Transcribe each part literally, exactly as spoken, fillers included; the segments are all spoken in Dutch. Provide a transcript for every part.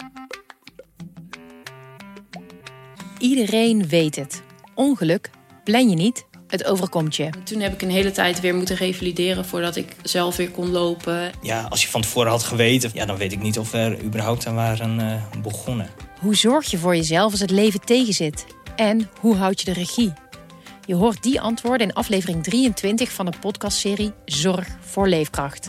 Iedereen weet het. Ongeluk plan je niet, het overkomt je. Toen heb ik een hele tijd weer moeten revalideren voordat ik zelf weer kon lopen. Ja, als je van tevoren had geweten, ja, dan weet ik niet of we er überhaupt aan waren uh, begonnen. Hoe zorg je voor jezelf als het leven tegenzit? En hoe houd je de regie? Je hoort die antwoorden in aflevering drieëntwintig van de podcastserie Zorg voor Leefkracht.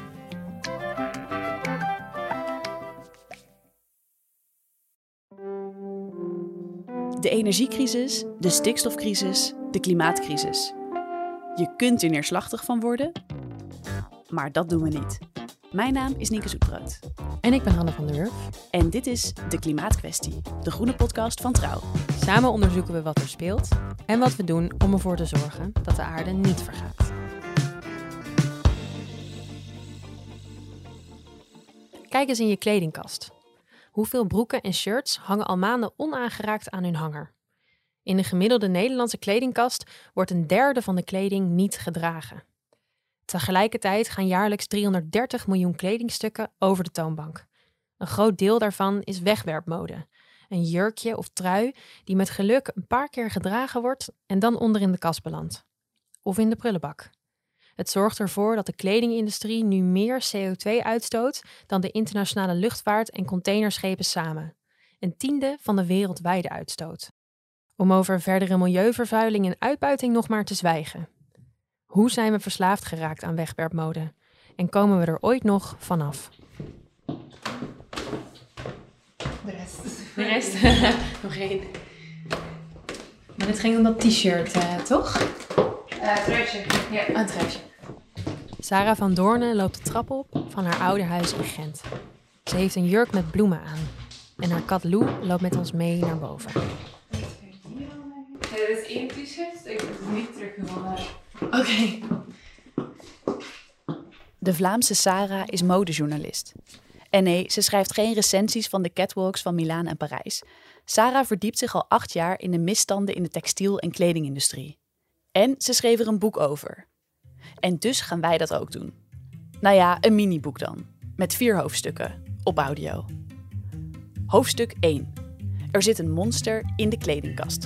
De energiecrisis, de stikstofcrisis, de klimaatcrisis. Je kunt er neerslachtig van worden, maar dat doen we niet. Mijn naam is Nienke Zoetbrood. En ik ben Hanne van der Wurf. En dit is De Klimaatkwestie, de groene podcast van Trouw. Samen onderzoeken we wat er speelt en wat we doen om ervoor te zorgen dat de aarde niet vergaat. Kijk eens in je kledingkast. Hoeveel broeken en shirts hangen al maanden onaangeraakt aan hun hanger? In de gemiddelde Nederlandse kledingkast wordt een derde van de kleding niet gedragen. Tegelijkertijd gaan jaarlijks driehonderddertig miljoen kledingstukken over de toonbank. Een groot deel daarvan is wegwerpmode. Een jurkje of trui die met geluk een paar keer gedragen wordt en dan onder in de kast belandt. Of in de prullenbak. Het zorgt ervoor dat de kledingindustrie nu meer C O twee uitstoot dan de internationale luchtvaart en containerschepen samen. Een tiende van de wereldwijde uitstoot. Om over verdere milieuvervuiling en uitbuiting nog maar te zwijgen. Hoe zijn we verslaafd geraakt aan wegwerpmode? En komen we er ooit nog vanaf? De rest. De rest. Nog één. Maar dit ging om dat t-shirt, uh, toch? Uh, truitje. Ja, een truitje. Sarah van Doornen loopt de trap op van haar ouderhuis in Gent. Ze heeft een jurk met bloemen aan. En haar kat Lou loopt met ons mee naar boven. Ja, dit is één t-shirt. Ik heb het niet teruggevonden. Oké. Okay. De Vlaamse Sarah is modejournalist. En nee, ze schrijft geen recensies van de catwalks van Milaan en Parijs. Sarah verdiept zich al acht jaar in de misstanden in de textiel- en kledingindustrie. En ze schreef er een boek over. En dus gaan wij dat ook doen. Nou ja, een miniboek dan. Met vier hoofdstukken. Op audio. Hoofdstuk één. Er zit een monster in de kledingkast.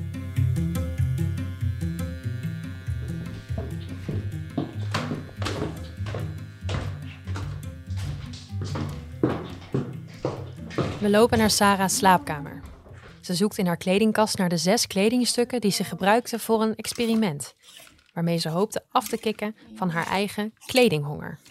We lopen naar Sarah's slaapkamer. Ze zoekt in haar kledingkast naar de zes kledingstukken die ze gebruikte voor een experiment. Waarmee ze hoopte af te kicken van haar eigen kledinghonger.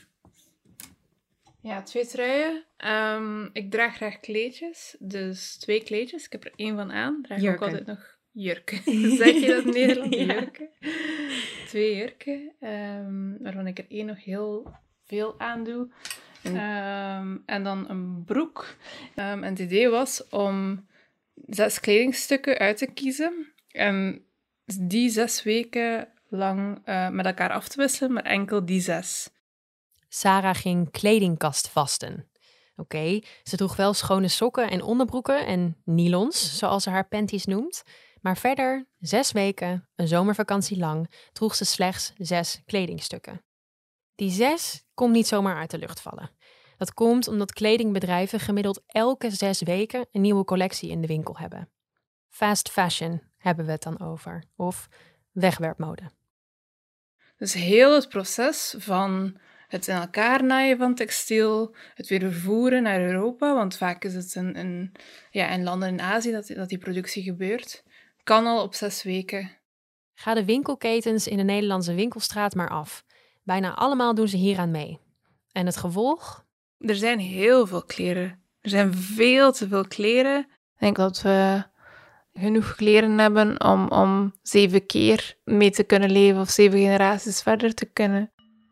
Ja, twee truien. Um, ik draag graag kleedjes. Dus twee kleedjes. Ik heb er één van aan. Draag Jurken. ook altijd nog jurken. Zeg je dat in Nederland? Ja. Jurken. Twee jurken. Um, waarvan ik er één nog heel veel aan doe. Um, en dan een broek. Um, en het idee was om zes kledingstukken uit te kiezen. En die zes weken lang uh, met elkaar af te wisselen, maar enkel die zes. Sarah ging kledingkast vasten. Oké, okay, ze droeg wel schone sokken en onderbroeken en nylons, zoals ze haar panties noemt. Maar verder, zes weken, een zomervakantie lang, droeg ze slechts zes kledingstukken. Die zes komt niet zomaar uit de lucht vallen. Dat komt omdat kledingbedrijven gemiddeld elke zes weken een nieuwe collectie in de winkel hebben. Fast fashion hebben we het dan over, of wegwerpmode. Dus heel het proces van het in elkaar naaien van textiel, het weer vervoeren naar Europa, want vaak is het in, in, ja, in landen in Azië dat, dat die productie gebeurt, kan al op zes weken. Ga de winkelketens in de Nederlandse winkelstraat maar af. Bijna allemaal doen ze hieraan mee. En het gevolg? Er zijn heel veel kleren. Er zijn veel te veel kleren. Ik denk dat we genoeg kleren hebben om, om zeven keer mee te kunnen leven of zeven generaties verder te kunnen.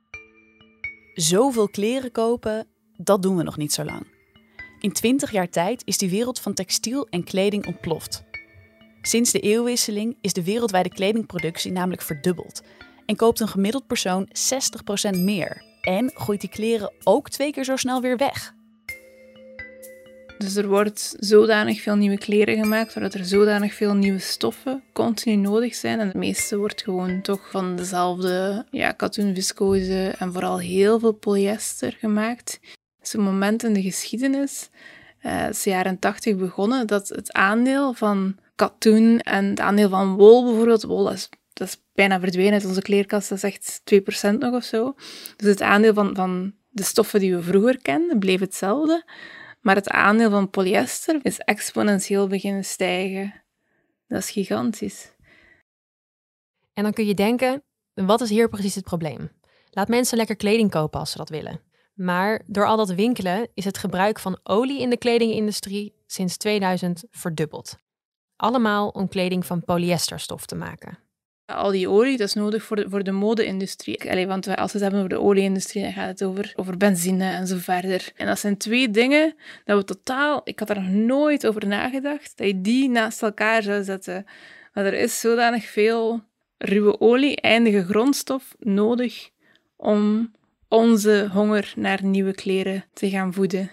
Zoveel kleren kopen, dat doen we nog niet zo lang. In twintig jaar tijd is die wereld van textiel en kleding ontploft. Sinds de eeuwwisseling is de wereldwijde kledingproductie namelijk verdubbeld en koopt een gemiddeld persoon zestig procent meer. En gooit die kleren ook twee keer zo snel weer weg. Dus er wordt zodanig veel nieuwe kleren gemaakt, zodat er zodanig veel nieuwe stoffen continu nodig zijn. En het meeste wordt gewoon toch van dezelfde ja, katoen, viscose en vooral heel veel polyester gemaakt. Het is een moment in de geschiedenis uh, is de jaren tachtig begonnen, dat het aandeel van katoen en het aandeel van wol bijvoorbeeld, wol is, dat is bijna verdwenen uit onze kleerkast, dat is echt twee procent nog of zo. Dus het aandeel van, van de stoffen die we vroeger kenden bleef hetzelfde, maar het aandeel van polyester is exponentieel beginnen stijgen. Dat is gigantisch. En dan kun je denken, wat is hier precies het probleem? Laat mensen lekker kleding kopen als ze dat willen. Maar door al dat winkelen is het gebruik van olie in de kledingindustrie sinds tweeduizend verdubbeld. Allemaal om kleding van polyesterstof te maken. Al die olie, dat is nodig voor de, voor de mode-industrie. Allee, want als we het hebben over de olie-industrie, dan gaat het over, over benzine en zo verder. En dat zijn twee dingen dat we totaal... Ik had er nog nooit over nagedacht, dat je die naast elkaar zou zetten. Maar er is zodanig veel ruwe olie, eindige grondstof, nodig om onze honger naar nieuwe kleren te gaan voeden.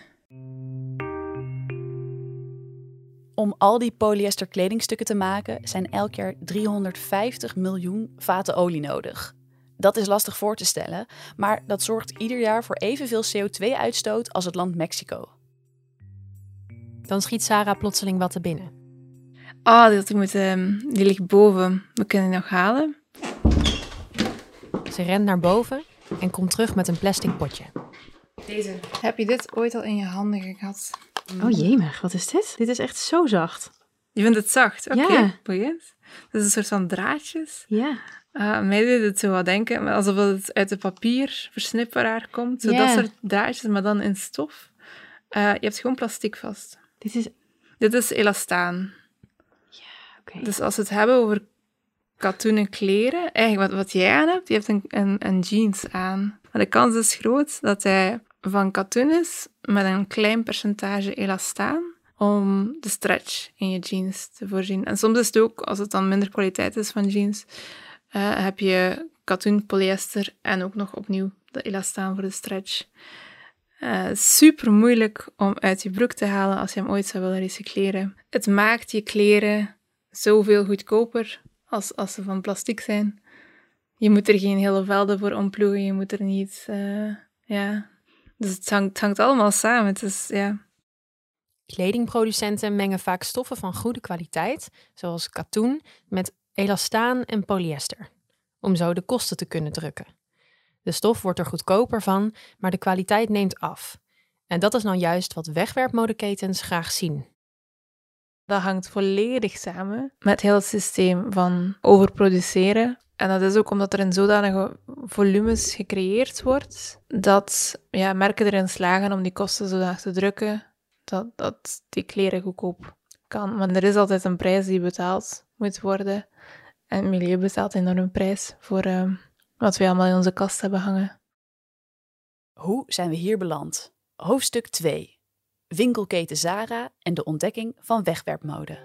Om al die polyester kledingstukken te maken zijn elk jaar driehonderdvijftig miljoen vaten olie nodig. Dat is lastig voor te stellen, maar dat zorgt ieder jaar voor evenveel C O twee uitstoot als het land Mexico. Dan schiet Sarah plotseling wat te binnen. Ah, oh, die, moet, um, die ligt boven. We kunnen die nog halen. Ze rent naar boven en komt terug met een plastic potje. Deze. Heb je dit ooit al in je handen gehad? Oh jemig, wat is dit? Dit is echt zo zacht. Je vindt het zacht? Oké, okay, ja. boeiend. Dat is een soort van draadjes. Ja. Uh, mij deed het zo wat denken, alsof het uit de papierversnipperaar komt. Zo ja. dat soort draadjes, maar dan in stof. Uh, je hebt gewoon plastic vast. Dit is... Dit is elastaan. Ja, oké. Okay. Dus als we het hebben over katoenen kleren, eigenlijk wat, wat jij aan hebt, je hebt een, een, een jeans aan. Maar de kans is groot dat hij van katoen is met een klein percentage elastaan om de stretch in je jeans te voorzien. En soms is het ook, als het dan minder kwaliteit is van jeans, uh, heb je katoen, polyester en ook nog opnieuw de elastaan voor de stretch. Uh, super moeilijk om uit je broek te halen als je hem ooit zou willen recycleren. Het maakt je kleren zoveel goedkoper als, als ze van plastic zijn. Je moet er geen hele velden voor omploegen, je moet er niet... Uh, ja... Dus het hangt, het hangt allemaal samen. Het is, ja. Kledingproducenten mengen vaak stoffen van goede kwaliteit, zoals katoen, met elastaan en polyester, om zo de kosten te kunnen drukken. De stof wordt er goedkoper van, maar de kwaliteit neemt af. En dat is nou juist wat wegwerpmodeketens graag zien. Dat hangt volledig samen met heel het systeem van overproduceren. En dat is ook omdat er in zodanige volumes gecreëerd wordt, dat ja, merken erin slagen om die kosten zodanig te drukken, dat, dat die kleren goedkoop kan. Maar er is altijd een prijs die betaald moet worden. En het milieu betaalt een enorme prijs voor uh, wat we allemaal in onze kast hebben hangen. Hoe zijn we hier beland? Hoofdstuk twee. Winkelketen Zara en de ontdekking van wegwerpmode.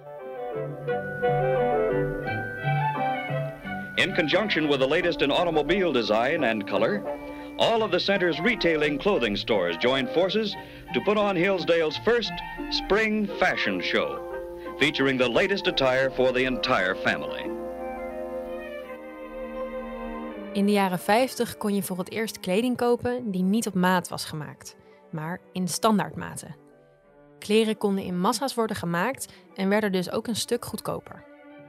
In conjunction with the latest in automobile design and color, all of the center's retailing clothing stores joined forces to put on Hillsdale's first spring fashion show, featuring the latest attire for the entire family. In de jaren vijftig kon je voor het eerst kleding kopen die niet op maat was gemaakt, maar in standaardmaten. Kleren konden in massa's worden gemaakt en werden dus ook een stuk goedkoper.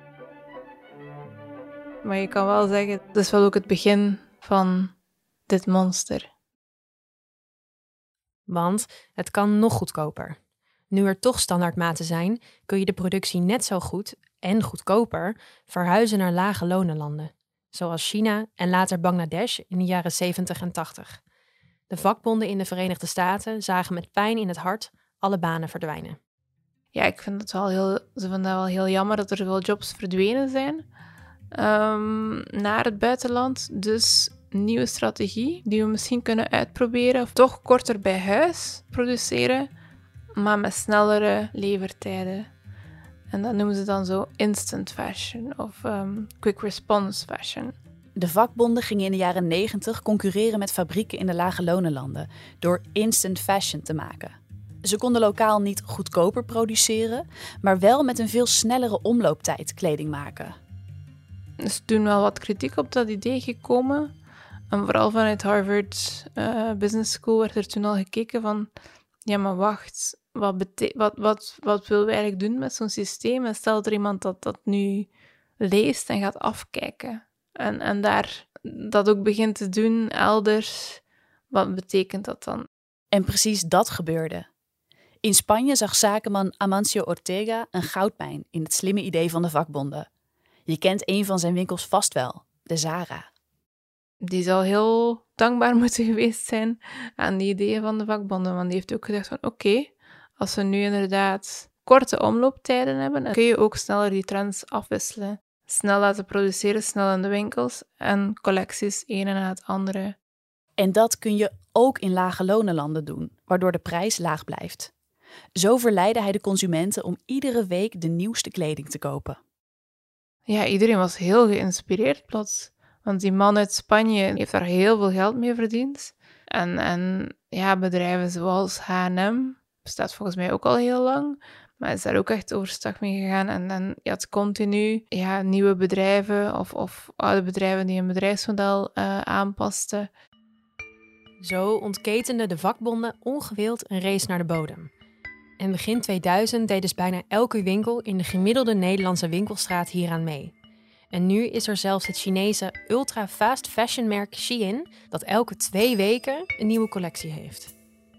Maar je kan wel zeggen, dat is wel ook het begin van dit monster. Want het kan nog goedkoper. Nu er toch standaardmaten zijn, kun je de productie net zo goed en goedkoper verhuizen naar lage lonenlanden. Zoals China en later Bangladesh in de jaren zeventig en tachtig. De vakbonden in de Verenigde Staten zagen met pijn in het hart alle banen verdwijnen. Ja, ik vind het wel heel, ze vinden dat wel heel jammer dat er zoveel jobs verdwenen zijn. Um, naar het buitenland. Dus een nieuwe strategie die we misschien kunnen uitproberen. Of toch korter bij huis produceren, maar met snellere levertijden. En dat noemen ze dan zo instant fashion of um, quick response fashion. De vakbonden gingen in de jaren negentig concurreren met fabrieken in de lage lonenlanden door instant fashion te maken. Ze konden lokaal niet goedkoper produceren, maar wel met een veel snellere omlooptijd kleding maken. Er is toen wel wat kritiek op dat idee gekomen. En vooral vanuit Harvard uh, Business School werd er toen al gekeken van... Ja, maar wacht. wat, bete- wat, wat, wat willen we eigenlijk doen met zo'n systeem? En stel dat er iemand dat, dat nu leest en gaat afkijken. En, en daar dat ook begint te doen elders. Wat betekent dat dan? En precies dat gebeurde. In Spanje zag zakenman Amancio Ortega een goudmijn in het slimme idee van de vakbonden. Je kent een van zijn winkels vast wel, de Zara. Die zal heel dankbaar moeten geweest zijn aan die ideeën van de vakbonden. Want die heeft ook gezegd van oké, okay, als we nu inderdaad korte omlooptijden hebben, dan kun je ook sneller die trends afwisselen. Snel laten produceren, snel in de winkels en collecties, ene na het andere. En dat kun je ook in lage lonenlanden doen, waardoor de prijs laag blijft. Zo verleidde hij de consumenten om iedere week de nieuwste kleding te kopen. Ja, iedereen was heel geïnspireerd plots. Want die man uit Spanje heeft daar heel veel geld mee verdiend. En, en ja, bedrijven zoals H en M, bestaat volgens mij ook al heel lang, maar is daar ook echt overstag mee gegaan. En dan je had continu ja, nieuwe bedrijven of, of oude bedrijven die een bedrijfsmodel uh, aanpasten. Zo ontketenden de vakbonden ongewild een race naar de bodem. En begin tweeduizend deed dus bijna elke winkel in de gemiddelde Nederlandse winkelstraat hieraan mee. En nu is er zelfs het Chinese ultra-fast fashion merk Shein, dat elke twee weken een nieuwe collectie heeft.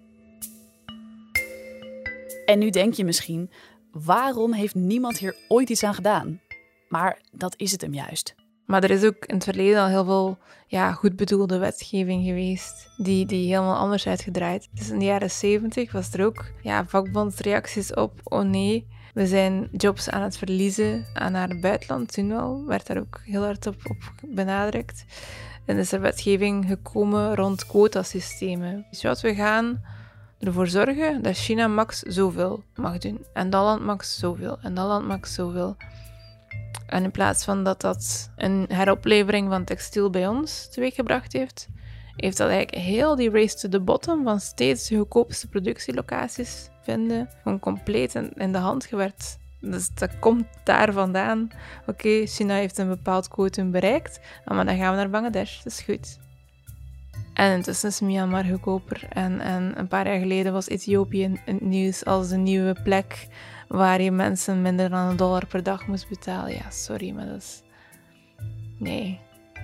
En nu denk je misschien, waarom heeft niemand hier ooit iets aan gedaan? Maar dat is het hem juist. Maar er is ook in het verleden al heel veel ja, goed bedoelde wetgeving geweest, die, die helemaal anders uitgedraaid. Dus in de jaren zeventig was er ook ja, vakbondsreacties op, oh nee, we zijn jobs aan het verliezen naar het buitenland. Toen al werd daar ook heel hard op, op benadrukt. En is er wetgeving gekomen rond quotasystemen. Dus wat we gaan ervoor zorgen dat China max zoveel mag doen. En dat land max zoveel. En dat land max zoveel. En in plaats van dat dat een heroplevering van textiel bij ons teweeggebracht heeft, heeft dat eigenlijk heel die race to the bottom van steeds de goedkoopste productielocaties vinden, gewoon compleet in, in de hand gewerkt. Dus dat komt daar vandaan. Oké, okay, China heeft een bepaald quotum bereikt, maar dan gaan we naar Bangladesh, dat is goed. En intussen is Myanmar goedkoper. En, en een paar jaar geleden was Ethiopië in het nieuws als de nieuwe plek waar je mensen minder dan een dollar per dag moest betalen. Ja, sorry, maar dat is... Nee.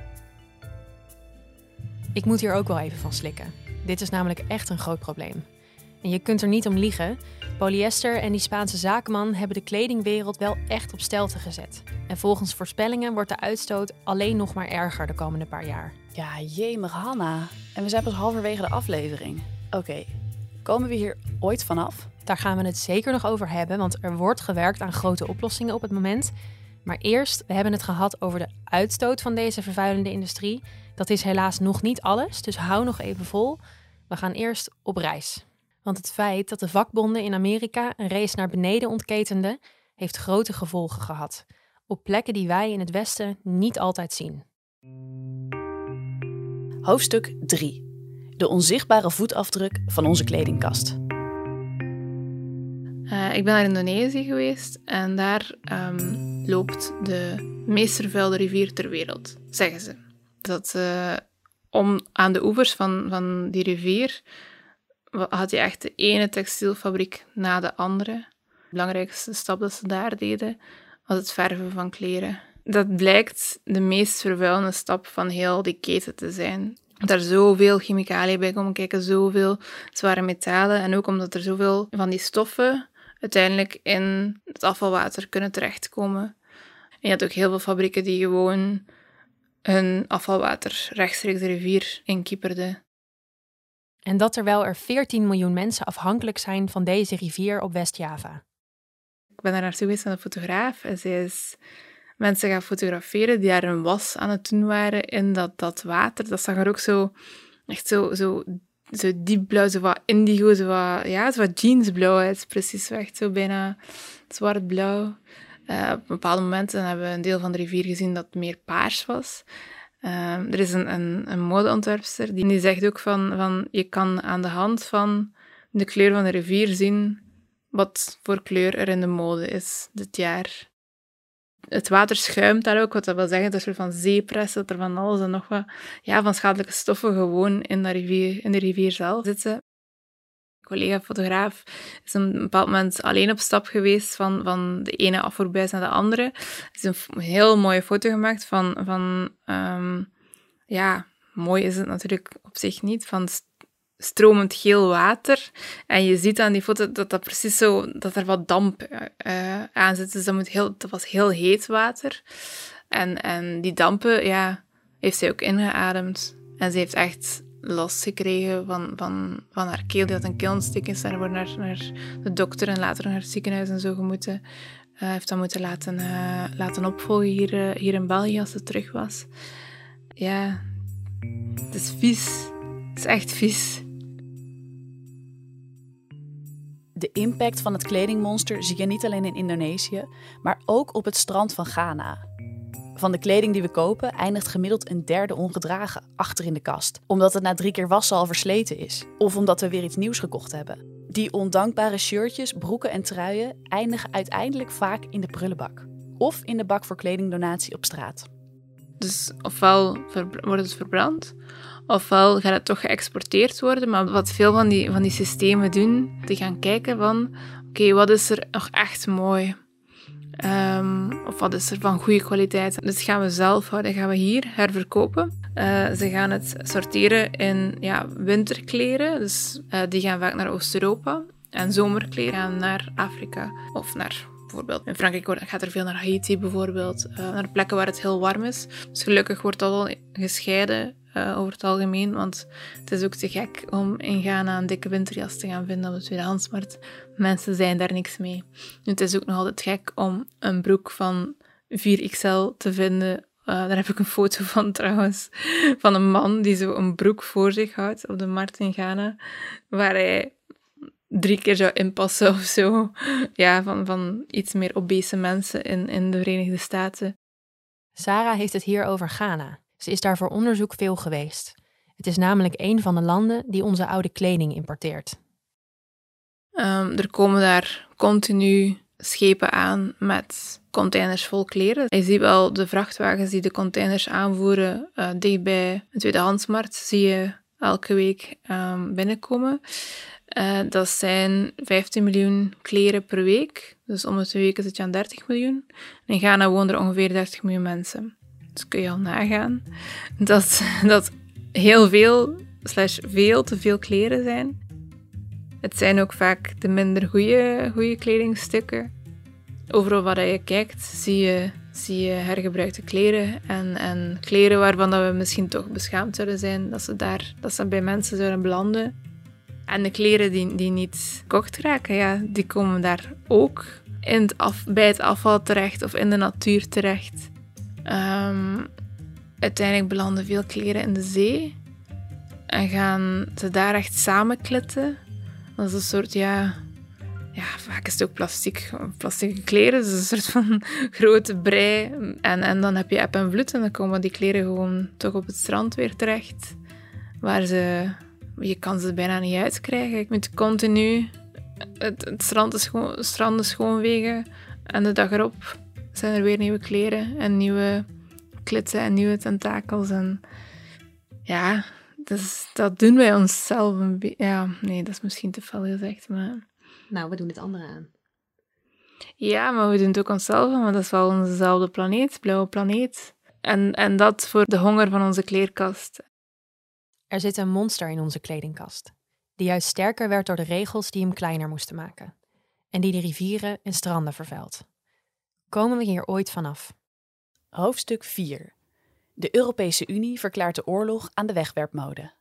Ik moet hier ook wel even van slikken. Dit is namelijk echt een groot probleem. En je kunt er niet om liegen. Polyester en die Spaanse zakenman hebben de kledingwereld wel echt op stelte gezet. En volgens voorspellingen wordt de uitstoot alleen nog maar erger de komende paar jaar. Ja, jemig Hanna. En we zijn pas halverwege de aflevering. Oké, okay. Komen we hier ooit vanaf? Daar gaan we het zeker nog over hebben, want er wordt gewerkt aan grote oplossingen op het moment. Maar eerst, we hebben het gehad over de uitstoot van deze vervuilende industrie. Dat is helaas nog niet alles, dus hou nog even vol. We gaan eerst op reis. Want het feit dat de vakbonden in Amerika een race naar beneden ontketenden, heeft grote gevolgen gehad. Op plekken die wij in het Westen niet altijd zien. Hoofdstuk drie. De onzichtbare voetafdruk van onze kledingkast. Uh, ik ben naar Indonesië geweest en daar um, loopt de meest vervuilde rivier ter wereld, zeggen ze. Dat uh, om, aan de oevers van, van die rivier had je echt de ene textielfabriek na de andere. De belangrijkste stap dat ze daar deden, was het verven van kleren. Dat blijkt de meest vervuilende stap van heel die keten te zijn. Dat er zoveel chemicaliën bij komen kijken, zoveel zware metalen. En ook omdat er zoveel van die stoffen uiteindelijk in het afvalwater kunnen terechtkomen. En je had ook heel veel fabrieken die gewoon hun afvalwater rechtstreeks de rivier inkieperden. En dat terwijl er veertien miljoen mensen afhankelijk zijn van deze rivier op West-Java. Ik ben daar naartoe geweest met een fotograaf en zij is mensen gaan fotograferen die daar een was aan het doen waren in dat, dat water. Dat zag er ook zo, echt zo, zo, zo diepblauw, zo wat indigo, zo wat, ja, zo wat jeansblauw uit. Precies, zo echt zo bijna zwartblauw. Uh, op bepaalde momenten hebben we een deel van de rivier gezien dat meer paars was. Uh, er is een, een, een modeontwerpster die, die zegt ook van, van je kan aan de hand van de kleur van de rivier zien wat voor kleur er in de mode is dit jaar. Het water schuimt daar ook, wat dat wil zeggen, dat er een soort van zeepres, dat er van alles en nog wat ja, van schadelijke stoffen gewoon in de rivier, in de rivier zelf zitten. Ik collega-fotograaf is op een bepaald moment alleen op stap geweest van, van de ene afvoerbuis naar de andere. Er is een heel mooie foto gemaakt van... van um, ja, mooi is het natuurlijk op zich niet, van stromend geel water. En je ziet aan die foto dat dat precies zo... dat er wat damp uh, aan zit. Dus dat, moet heel, dat was heel heet water. En, en die dampen, ja, heeft zij ook ingeademd. En ze heeft echt last gekregen van, van, van haar keel. Die had een keelontsteking. Ze wordt naar, naar de dokter en later naar het ziekenhuis en zo gemoeten. Uh, heeft dat moeten laten, uh, laten opvolgen hier, uh, hier in België als ze terug was. Ja, het is vies. Het is echt vies. De impact van het kledingmonster zie je niet alleen in Indonesië, maar ook op het strand van Ghana. Van de kleding die we kopen eindigt gemiddeld een derde ongedragen achter in de kast. Omdat het na drie keer wassen al versleten is. Of omdat we weer iets nieuws gekocht hebben. Die ondankbare shirtjes, broeken en truien eindigen uiteindelijk vaak in de prullenbak. Of in de bak voor kledingdonatie op straat. Dus ofwel ver- wordt het verbrand, ofwel gaat het toch geëxporteerd worden. Maar wat veel van die, van die systemen doen, die gaan kijken van... Oké, okay, wat is er nog echt mooi? Um, of wat is er van goede kwaliteit? Dus gaan we zelf houden, gaan we hier herverkopen. Uh, ze gaan het sorteren in ja, winterkleren, dus uh, die gaan vaak naar Oost-Europa. En zomerkleren gaan naar Afrika of naar... Bijvoorbeeld. In Frankrijk gaat er veel naar Haiti bijvoorbeeld, uh, naar plekken waar het heel warm is. Dus gelukkig wordt dat al gescheiden uh, over het algemeen, want het is ook te gek om in Ghana een dikke winterjas te gaan vinden op de tweedehandsmarkt. Mensen zijn daar niks mee. Nu, het is ook nog altijd gek om een broek van vier X L te vinden. Uh, daar heb ik een foto van trouwens, van een man die zo een broek voor zich houdt op de markt in Ghana, waar hij drie keer zou inpassen of zo. Ja, van, van iets meer obese mensen in, in de Verenigde Staten. Sarah heeft het hier over Ghana. Ze is daar voor onderzoek veel geweest. Het is namelijk een van de landen die onze oude kleding importeert. Um, er komen daar continu schepen aan met containers vol kleren. Je ziet wel de vrachtwagens die de containers aanvoeren uh, dicht bij een tweedehandsmarkt, zie je elke week um, binnenkomen. Uh, dat zijn vijftien miljoen kleren per week. Dus om de twee weken zit je aan dertig miljoen. In Ghana wonen er ongeveer dertig miljoen mensen. Dus kun je al nagaan dat dat heel veel, slash veel te veel kleren zijn. Het zijn ook vaak de minder goede, goede kledingstukken. Overal waar je kijkt, zie je, zie je hergebruikte kleren. En, en kleren waarvan dat we misschien toch beschaamd zouden zijn dat ze, daar, dat ze bij mensen zouden belanden. En de kleren die, die niet gekocht raken, ja, die komen daar ook in het af, bij het afval terecht of in de natuur terecht. Um, uiteindelijk belanden veel kleren in de zee en gaan ze daar echt samenklitten. Dat is een soort, ja... Ja, vaak is het ook plastic, plastic kleren, dus een soort van grote brei. En, en dan heb je eb en vloed en dan komen die kleren gewoon toch op het strand weer terecht, waar ze... Je kan ze bijna niet uitkrijgen. Je moet continu het, het strand, is gewoon, het strand is schoonvegen. En de dag erop zijn er weer nieuwe kleren en nieuwe klitten en nieuwe tentakels. En ja, dus, dat doen wij onszelf een beetje. Ja, nee, dat is misschien te veel gezegd, maar... Nou, we doen het anderen aan. Ja, maar we doen het ook onszelf, want dat is wel onzezelfde planeet, blauwe planeet. En, en dat voor de honger van onze kleerkast. Er zit een monster in onze kledingkast, die juist sterker werd door de regels die hem kleiner moesten maken. En die de rivieren en stranden vervuilt. Komen we hier ooit vanaf? Hoofdstuk vier. De Europese Unie verklaart de oorlog aan de wegwerpmode.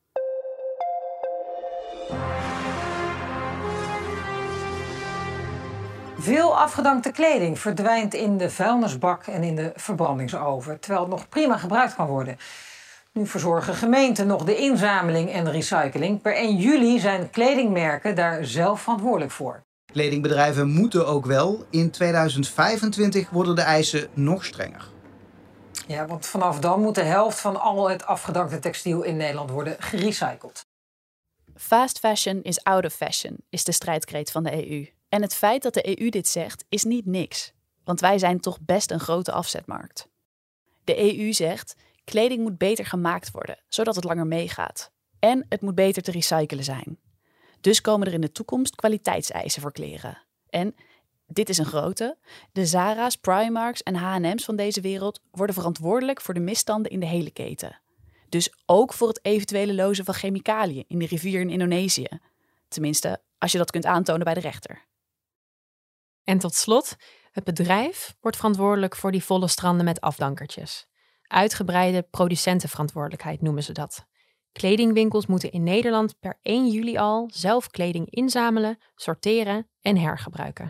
Veel afgedankte kleding verdwijnt in de vuilnisbak en in de verbrandingsoven, terwijl het nog prima gebruikt kan worden. Nu verzorgen gemeenten nog de inzameling en de recycling. Per één juli zijn kledingmerken daar zelf verantwoordelijk voor. Kledingbedrijven moeten ook wel. In tweeduizend vijfentwintig worden de eisen nog strenger. Ja, want vanaf dan moet de helft van al het afgedankte textiel in Nederland worden gerecycled. Fast fashion is out of fashion, is de strijdkreet van de E U. En het feit dat de E U dit zegt, is niet niks. Want wij zijn toch best een grote afzetmarkt. De E U zegt, kleding moet beter gemaakt worden, zodat het langer meegaat. En het moet beter te recyclen zijn. Dus komen er in de toekomst kwaliteitseisen voor kleren. En, dit is een grote, de Zara's, Primarks en H en M's van deze wereld worden verantwoordelijk voor de misstanden in de hele keten. Dus ook voor het eventuele lozen van chemicaliën in de rivier in Indonesië. Tenminste, als je dat kunt aantonen bij de rechter. En tot slot, het bedrijf wordt verantwoordelijk voor die volle stranden met afdankertjes. Uitgebreide producentenverantwoordelijkheid noemen ze dat. Kledingwinkels moeten in Nederland per één juli al zelf kleding inzamelen, sorteren en hergebruiken.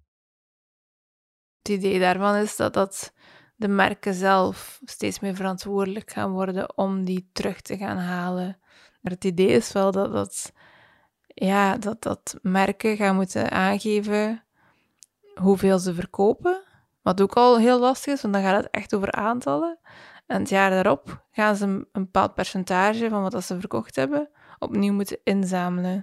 Het idee daarvan is dat, dat de merken zelf steeds meer verantwoordelijk gaan worden om die terug te gaan halen. Maar het idee is wel dat, dat, ja, dat, dat merken gaan moeten aangeven hoeveel ze verkopen. Wat ook al heel lastig is, want dan gaat het echt over aantallen. En het jaar daarop gaan ze een bepaald percentage van wat ze verkocht hebben opnieuw moeten inzamelen.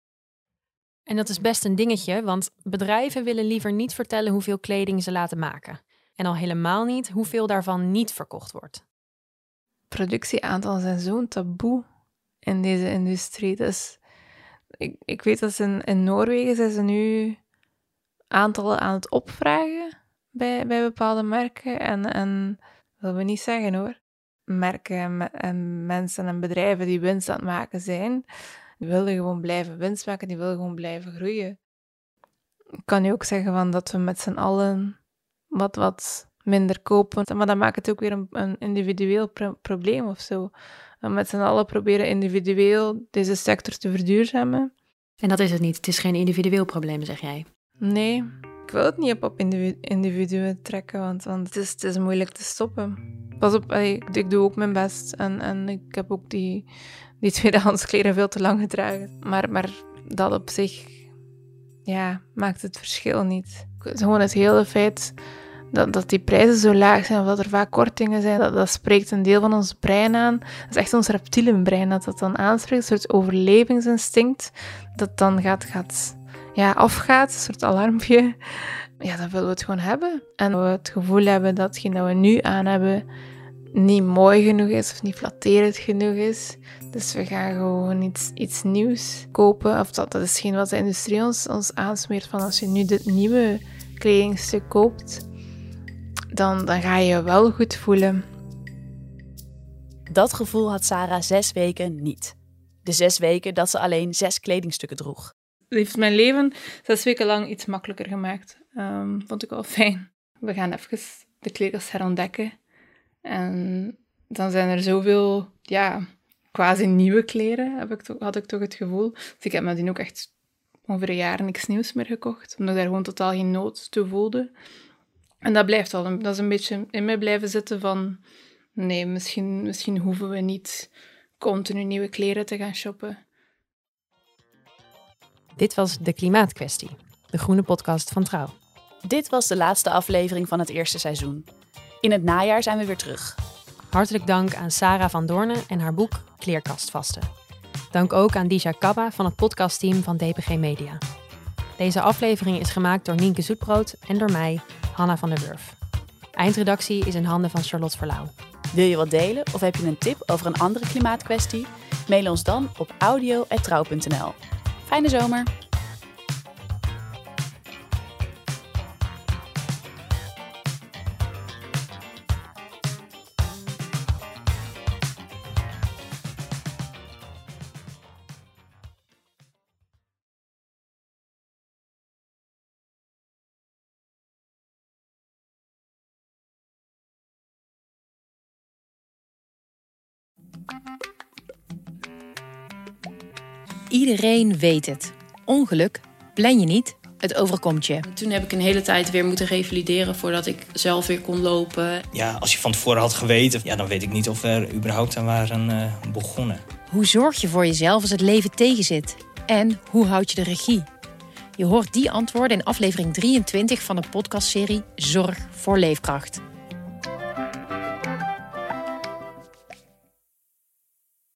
En dat is best een dingetje, want bedrijven willen liever niet vertellen hoeveel kleding ze laten maken. En al helemaal niet hoeveel daarvan niet verkocht wordt. Productieaantallen zijn zo'n taboe in deze industrie. Dus ik, ik weet dat ze in, in Noorwegen zijn ze nu aantallen aan het opvragen bij, bij bepaalde merken. En, en dat wil we niet zeggen hoor. Merken en, en mensen en bedrijven die winst aan het maken zijn, die willen gewoon blijven winst maken, die willen gewoon blijven groeien. Ik kan nu ook zeggen van dat we met z'n allen wat, wat minder kopen. Maar dat maakt het ook weer een, een individueel pro- probleem of zo. We met z'n allen proberen individueel deze sector te verduurzamen. En dat is het niet. Het is geen individueel probleem, zeg jij. Nee, ik wil het niet op, op individu- individuen trekken, want, want het, is, het is moeilijk te stoppen. Pas op, ik, ik doe ook mijn best en, en ik heb ook die, die tweedehands kleren veel te lang gedragen. Maar, maar dat op zich, ja, maakt het verschil niet. Gewoon het hele feit dat, dat die prijzen zo laag zijn of dat er vaak kortingen zijn, dat, dat spreekt een deel van ons brein aan. Dat is echt ons reptielenbrein dat dat dan aanspreekt, een soort overlevingsinstinct dat dan gaat, gaat ja, afgaat, een soort alarmpje. Ja, dan willen we het gewoon hebben. En we het gevoel hebben dat hetgeen dat we nu aan hebben niet mooi genoeg is of niet flatterend genoeg is. Dus we gaan gewoon iets, iets nieuws kopen. Of dat, dat is geen wat de industrie ons, ons aansmeert van als je nu dit nieuwe kledingstuk koopt, dan, dan ga je je wel goed voelen. Dat gevoel had Sarah zes weken niet. De zes weken dat ze alleen zes kledingstukken droeg. Het heeft mijn leven zes weken lang iets makkelijker gemaakt. Um, vond ik wel fijn. We gaan even de kleedkast herontdekken. En dan zijn er zoveel, ja, quasi nieuwe kleren, heb ik to- had ik toch het gevoel. Dus ik heb nadien ook echt ongeveer een jaar niks nieuws meer gekocht. Omdat ik daar gewoon totaal geen nood toe voelde. En dat blijft wel. Dat is een beetje in mij blijven zitten van, nee, misschien, misschien hoeven we niet continu nieuwe kleren te gaan shoppen. Dit was De Klimaatkwestie, de groene podcast van Trouw. Dit was de laatste aflevering van het eerste seizoen. In het najaar zijn we weer terug. Hartelijk dank aan Sarah van Doornen en haar boek Kleerkastvasten. Dank ook aan Disha Kabba van het podcastteam van D P G Media. Deze aflevering is gemaakt door Nienke Zoetbrood en door mij, Hanna van der Wurf. Eindredactie is in handen van Charlotte Verlauw. Wil je wat delen of heb je een tip over een andere klimaatkwestie? Mail ons dan op audio apenstaartje trouw punt n l. Fijne zomer! Iedereen weet het. Ongeluk plan je niet, het overkomt je. Toen heb ik een hele tijd weer moeten revalideren voordat ik zelf weer kon lopen. Ja, als je van tevoren had geweten, ja, dan weet ik niet of we er überhaupt aan waren uh, begonnen. Hoe zorg je voor jezelf als het leven tegenzit? En hoe houd je de regie? Je hoort die antwoorden in aflevering drieëntwintig van de podcastserie Zorg voor Leefkracht.